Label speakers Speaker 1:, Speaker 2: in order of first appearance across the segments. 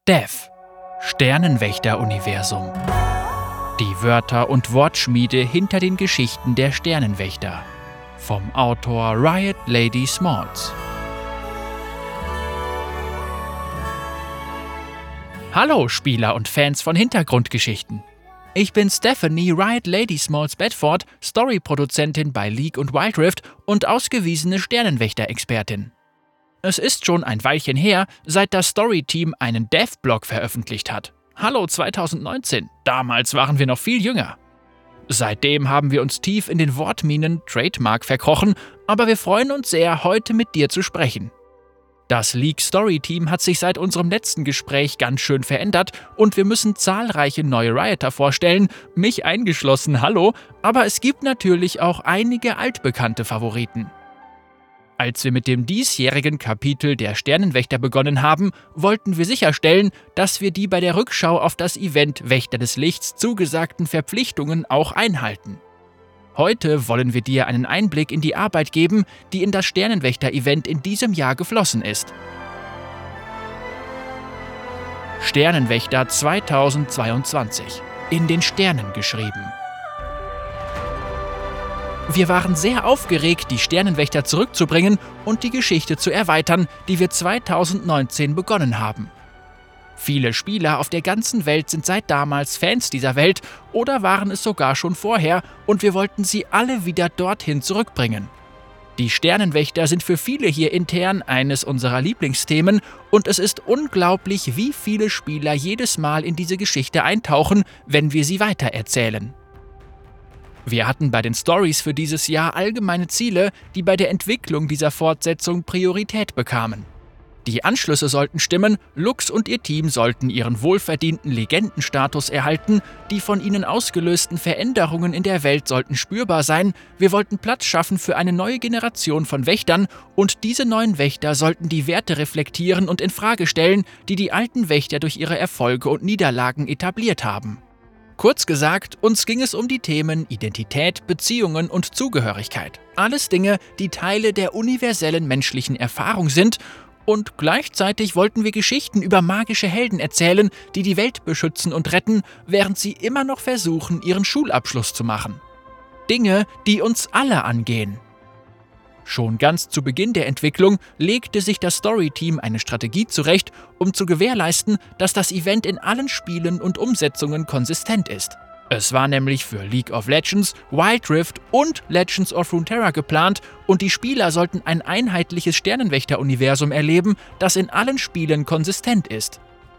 Speaker 1: Dev – Sternenwächter-Universum. Die Wörter und Wortschmiede hinter den Geschichten der Sternenwächter. Vom Autor Riot Lady Smalls. Hallo Spieler und Fans von Hintergrundgeschichten. Ich bin Stephanie Riot Lady Smalls Bedford, Storyproduzentin bei League und Wild Rift und ausgewiesene Sternenwächter-Expertin. Es ist schon ein Weilchen her, seit das Storyteam einen Dev-Blog veröffentlicht hat. Hallo 2019, damals waren wir noch viel jünger. Seitdem haben wir uns tief in den Wortminen Trademark verkrochen, aber wir freuen uns sehr, heute mit dir zu sprechen. Das League Story Team hat sich seit unserem letzten Gespräch ganz schön verändert und wir müssen zahlreiche neue Rioter vorstellen, mich eingeschlossen, hallo, aber es gibt natürlich auch einige altbekannte Favoriten. Als wir mit dem diesjährigen Kapitel der Sternenwächter begonnen haben, wollten wir sicherstellen, dass wir die bei der Rückschau auf das Event Wächter des Lichts zugesagten Verpflichtungen auch einhalten. Heute wollen wir dir einen Einblick in die Arbeit geben, die in das Sternenwächter-Event in diesem Jahr geflossen ist. Sternenwächter 2022. In den Sternen geschrieben. Wir waren sehr aufgeregt, die Sternenwächter zurückzubringen und die Geschichte zu erweitern, die wir 2019 begonnen haben. Viele Spieler auf der ganzen Welt sind seit damals Fans dieser Welt oder waren es sogar schon vorher und wir wollten sie alle wieder dorthin zurückbringen. Die Sternenwächter sind für viele hier intern eines unserer Lieblingsthemen und es ist unglaublich, wie viele Spieler jedes Mal in diese Geschichte eintauchen, wenn wir sie weitererzählen. Wir hatten bei den Stories für dieses Jahr allgemeine Ziele, die bei der Entwicklung dieser Fortsetzung Priorität bekamen. Die Anschlüsse sollten stimmen, Lux und ihr Team sollten ihren wohlverdienten Legendenstatus erhalten, die von ihnen ausgelösten Veränderungen in der Welt sollten spürbar sein, wir wollten Platz schaffen für eine neue Generation von Wächtern und diese neuen Wächter sollten die Werte reflektieren und in Frage stellen, die die alten Wächter durch ihre Erfolge und Niederlagen etabliert haben. Kurz gesagt, uns ging es um die Themen Identität, Beziehungen und Zugehörigkeit. Alles Dinge, die Teile der universellen menschlichen Erfahrung sind und gleichzeitig wollten wir Geschichten über magische Helden erzählen, die die Welt beschützen und retten, während sie immer noch versuchen, ihren Schulabschluss zu machen. Dinge, die uns alle angehen. Schon ganz zu Beginn der Entwicklung legte sich das Storyteam eine Strategie zurecht, um zu gewährleisten, dass das Event in allen Spielen und Umsetzungen konsistent ist. Es war nämlich für League of Legends, Wild Rift und Legends of Runeterra geplant und die Spieler sollten ein einheitliches Sternenwächter-Universum erleben, das in allen Spielen konsistent ist.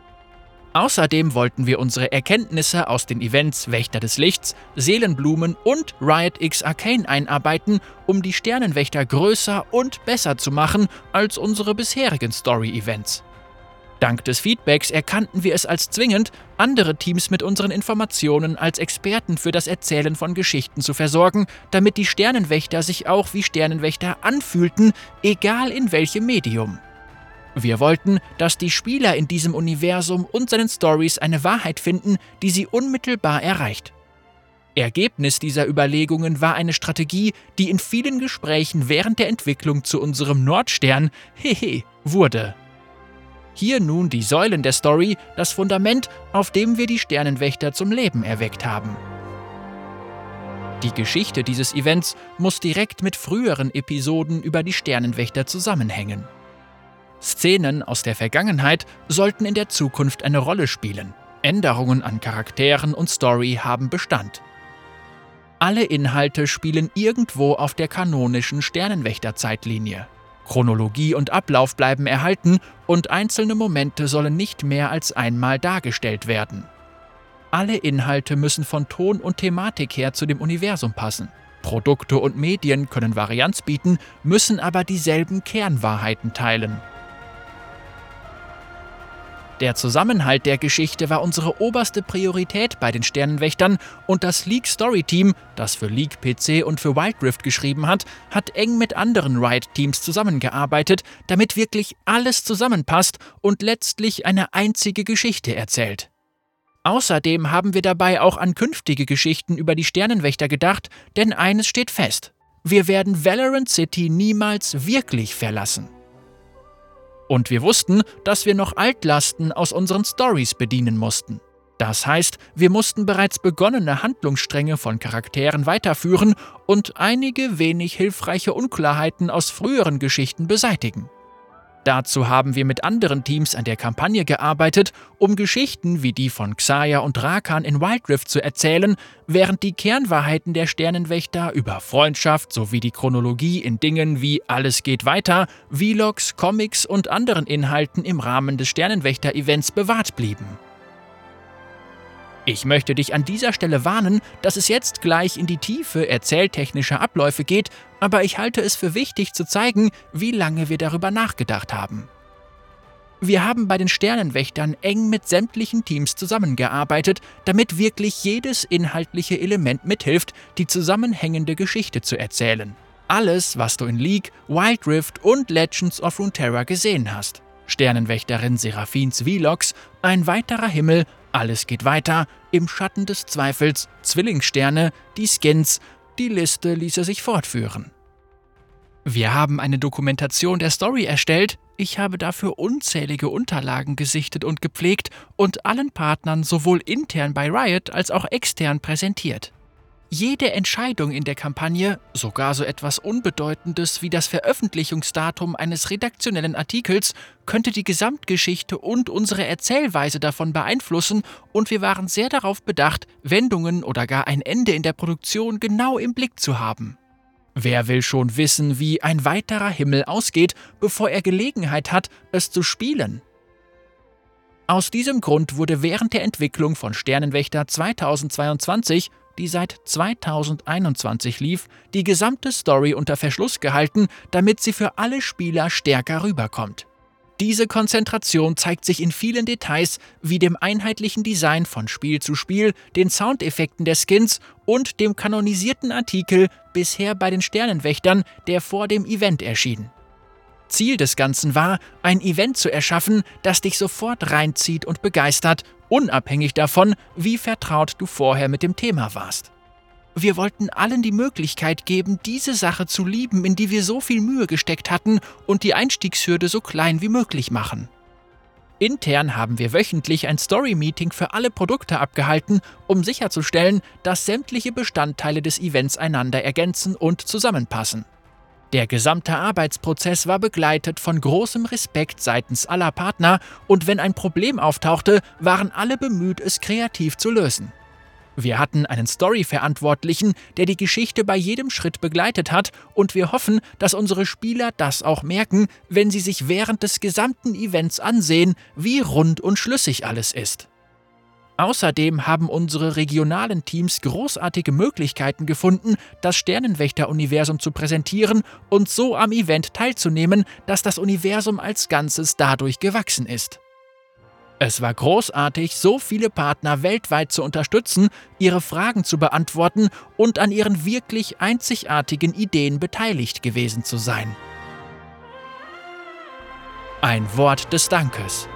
Speaker 1: Außerdem wollten wir unsere Erkenntnisse aus den Events Wächter des Lichts, Seelenblumen und Riot X Arcane einarbeiten, um die Sternenwächter größer und besser zu machen als unsere bisherigen Story-Events. Dank des Feedbacks erkannten wir es als zwingend, andere Teams mit unseren Informationen als Experten für das Erzählen von Geschichten zu versorgen, damit die Sternenwächter sich auch wie Sternenwächter anfühlten, egal in welchem Medium. Wir wollten, dass die Spieler in diesem Universum und seinen Stories eine Wahrheit finden, die sie unmittelbar erreicht. Ergebnis dieser Überlegungen war eine Strategie, die in vielen Gesprächen während der Entwicklung zu unserem Nordstern, wurde. Hier nun die Säulen der Story, das Fundament, auf dem wir die Sternenwächter zum Leben erweckt haben. Die Geschichte dieses Events muss direkt mit früheren Episoden über die Sternenwächter zusammenhängen. Szenen aus der Vergangenheit sollten in der Zukunft eine Rolle spielen. Änderungen an Charakteren und Story haben Bestand. Alle Inhalte spielen irgendwo auf der kanonischen Sternenwächter-Zeitlinie. Chronologie und Ablauf bleiben erhalten und einzelne Momente sollen nicht mehr als einmal dargestellt werden. Alle Inhalte müssen von Ton und Thematik her zu dem Universum passen. Produkte und Medien können Varianz bieten, müssen aber dieselben Kernwahrheiten teilen. Der Zusammenhalt der Geschichte war unsere oberste Priorität bei den Sternenwächtern und das League Story Team, das für League PC und für Wild Rift geschrieben hat, hat eng mit anderen Riot-Teams zusammengearbeitet, damit wirklich alles zusammenpasst und letztlich eine einzige Geschichte erzählt. Außerdem haben wir dabei auch an künftige Geschichten über die Sternenwächter gedacht, denn eines steht fest: Wir werden Valorant City niemals wirklich verlassen. Und wir wussten, dass wir noch Altlasten aus unseren Stories bedienen mussten. Das heißt, wir mussten bereits begonnene Handlungsstränge von Charakteren weiterführen und einige wenig hilfreiche Unklarheiten aus früheren Geschichten beseitigen. Dazu haben wir mit anderen Teams an der Kampagne gearbeitet, um Geschichten wie die von Xayah und Rakan in Wild Rift zu erzählen, während die Kernwahrheiten der Sternenwächter über Freundschaft sowie die Chronologie in Dingen wie Alles geht weiter, Vlogs, Comics und anderen Inhalten im Rahmen des Sternenwächter-Events bewahrt blieben. Ich möchte dich an dieser Stelle warnen, dass es jetzt gleich in die Tiefe erzähltechnischer Abläufe geht, aber ich halte es für wichtig zu zeigen, wie lange wir darüber nachgedacht haben. Wir haben bei den Sternenwächtern eng mit sämtlichen Teams zusammengearbeitet, damit wirklich jedes inhaltliche Element mithilft, die zusammenhängende Geschichte zu erzählen. Alles, was du in League, Wild Rift und Legends of Runeterra gesehen hast. Sternenwächterin Seraphins Vlogs, Ein weiterer Himmel, Alles geht weiter, Im Schatten des Zweifels, Zwillingssterne, die Skins, die Liste ließe sich fortführen. Wir haben eine Dokumentation der Story erstellt, ich habe dafür unzählige Unterlagen gesichtet und gepflegt und allen Partnern sowohl intern bei Riot als auch extern präsentiert. Jede Entscheidung in der Kampagne, sogar so etwas Unbedeutendes wie das Veröffentlichungsdatum eines redaktionellen Artikels, könnte die Gesamtgeschichte und unsere Erzählweise davon beeinflussen und wir waren sehr darauf bedacht, Wendungen oder gar ein Ende in der Produktion genau im Blick zu haben. Wer will schon wissen, wie Ein weiterer Himmel ausgeht, bevor er Gelegenheit hat, es zu spielen? Aus diesem Grund wurde während der Entwicklung von Sternenwächter 2022, die seit 2021 lief, die gesamte Story unter Verschluss gehalten, damit sie für alle Spieler stärker rüberkommt. Diese Konzentration zeigt sich in vielen Details, wie dem einheitlichen Design von Spiel zu Spiel, den Soundeffekten der Skins und dem kanonisierten Artikel bisher bei den Sternenwächtern, der vor dem Event erschien. Ziel des Ganzen war, ein Event zu erschaffen, das dich sofort reinzieht und begeistert, unabhängig davon, wie vertraut du vorher mit dem Thema warst. Wir wollten allen die Möglichkeit geben, diese Sache zu lieben, in die wir so viel Mühe gesteckt hatten, und die Einstiegshürde so klein wie möglich machen. Intern haben wir wöchentlich ein Story-Meeting für alle Produkte abgehalten, um sicherzustellen, dass sämtliche Bestandteile des Events einander ergänzen und zusammenpassen. Der gesamte Arbeitsprozess war begleitet von großem Respekt seitens aller Partner und wenn ein Problem auftauchte, waren alle bemüht, es kreativ zu lösen. Wir hatten einen Story-Verantwortlichen, der die Geschichte bei jedem Schritt begleitet hat und wir hoffen, dass unsere Spieler das auch merken, wenn sie sich während des gesamten Events ansehen, wie rund und schlüssig alles ist. Außerdem haben unsere regionalen Teams großartige Möglichkeiten gefunden, das Sternenwächter-Universum zu präsentieren und so am Event teilzunehmen, dass das Universum als Ganzes dadurch gewachsen ist. Es war großartig, so viele Partner weltweit zu unterstützen, ihre Fragen zu beantworten und an ihren wirklich einzigartigen Ideen beteiligt gewesen zu sein. Ein Wort des Dankes.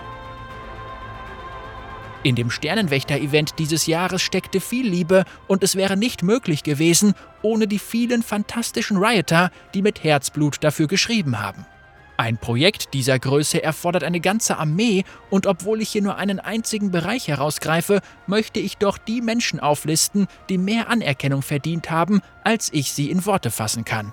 Speaker 1: In dem Sternenwächter-Event dieses Jahres steckte viel Liebe und es wäre nicht möglich gewesen, ohne die vielen fantastischen Rioter, die mit Herzblut dafür geschrieben haben. Ein Projekt dieser Größe erfordert eine ganze Armee und obwohl ich hier nur einen einzigen Bereich herausgreife, möchte ich doch die Menschen auflisten, die mehr Anerkennung verdient haben, als ich sie in Worte fassen kann.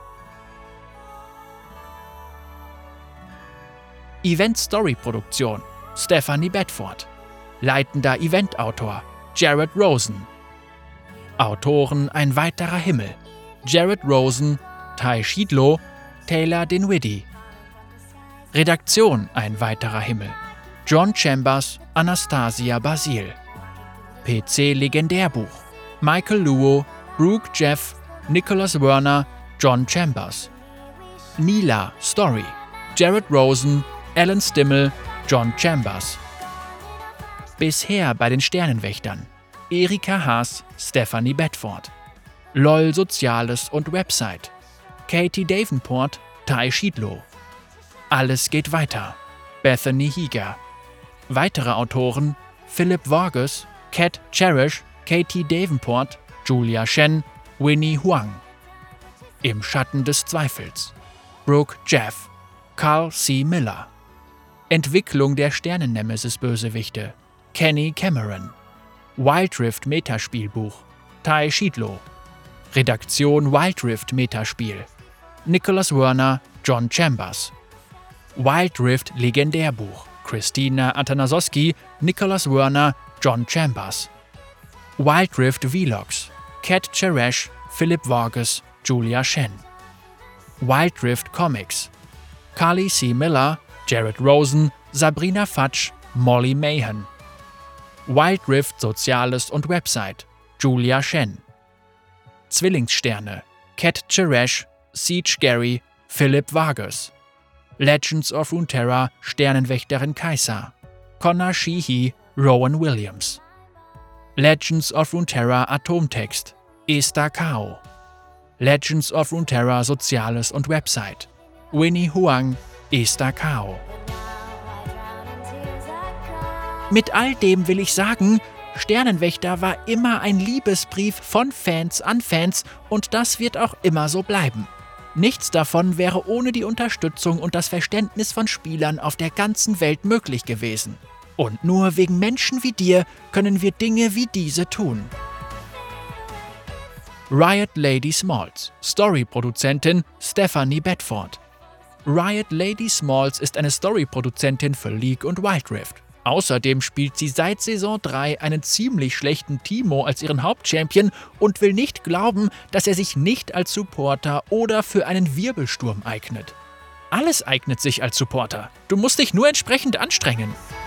Speaker 1: Event-Story-Produktion: Stephanie Bedford. Leitender Eventautor: Jared Rosen. Autoren: Ein weiterer Himmel: Jared Rosen, Ty Schiedlow, Taylor Dinwiddie. Redaktion: Ein weiterer Himmel: John Chambers, Anastasia Basil. PC-Legendärbuch: Michael Luo, Brooke Jeff, Nicholas Werner, John Chambers. Nila Story: Jared Rosen, Alan Stimmel, John Chambers. Bisher bei den Sternenwächtern: Erika Haas, Stephanie Bedford. LOL Soziales und Website: Katie Davenport, Ty Schiedlow. Alles geht weiter: Bethany Hieger. Weitere Autoren: Philipp Vorges, Kat Cherish, Katie Davenport, Julia Shen, Winnie Huang. Im Schatten des Zweifels: Brooke Jeff. Carl C. Miller. Entwicklung der Sternen-Nemesis-Bösewichte Kenny Cameron. Wild Rift Metaspielbuch Tai Schiedlo. Redaktion Wild Rift Metaspiel Nicholas Werner, John Chambers. Wild Rift Legendärbuch Christina Atanasoski, Nicholas Werner, John Chambers. Wild Rift Vlogs Cat Cheresh, Philip Vargas, Julia Shen. Wild Rift Comics Carly C. Miller, Jared Rosen, Sabrina Fatsch, Molly Mahan. Wild Rift Soziales und Website Julia Shen. Zwillingssterne Cat Cheresh, Siege Gary, Philip Vargas. Legends of Runeterra Sternenwächterin Kai'Sa, Connor Sheehy, Rowan Williams. Legends of Runeterra Atomtext Esther Kao. Legends of Runeterra Soziales und Website Winnie Huang, Esther Kao. Mit all dem will ich sagen, Sternenwächter war immer ein Liebesbrief von Fans an Fans und das wird auch immer so bleiben. Nichts davon wäre ohne die Unterstützung und das Verständnis von Spielern auf der ganzen Welt möglich gewesen. Und nur wegen Menschen wie dir können wir Dinge wie diese tun. Riot Lady Smalls, Story-Produzentin Stephanie Bedford. Riot Lady Smalls ist eine Story-Produzentin für League und Wild Rift. Außerdem spielt sie seit Saison 3 einen ziemlich schlechten Teemo als ihren Hauptchampion und will nicht glauben, dass er sich nicht als Supporter oder für einen Wirbelsturm eignet. Alles eignet sich als Supporter. Du musst dich nur entsprechend anstrengen.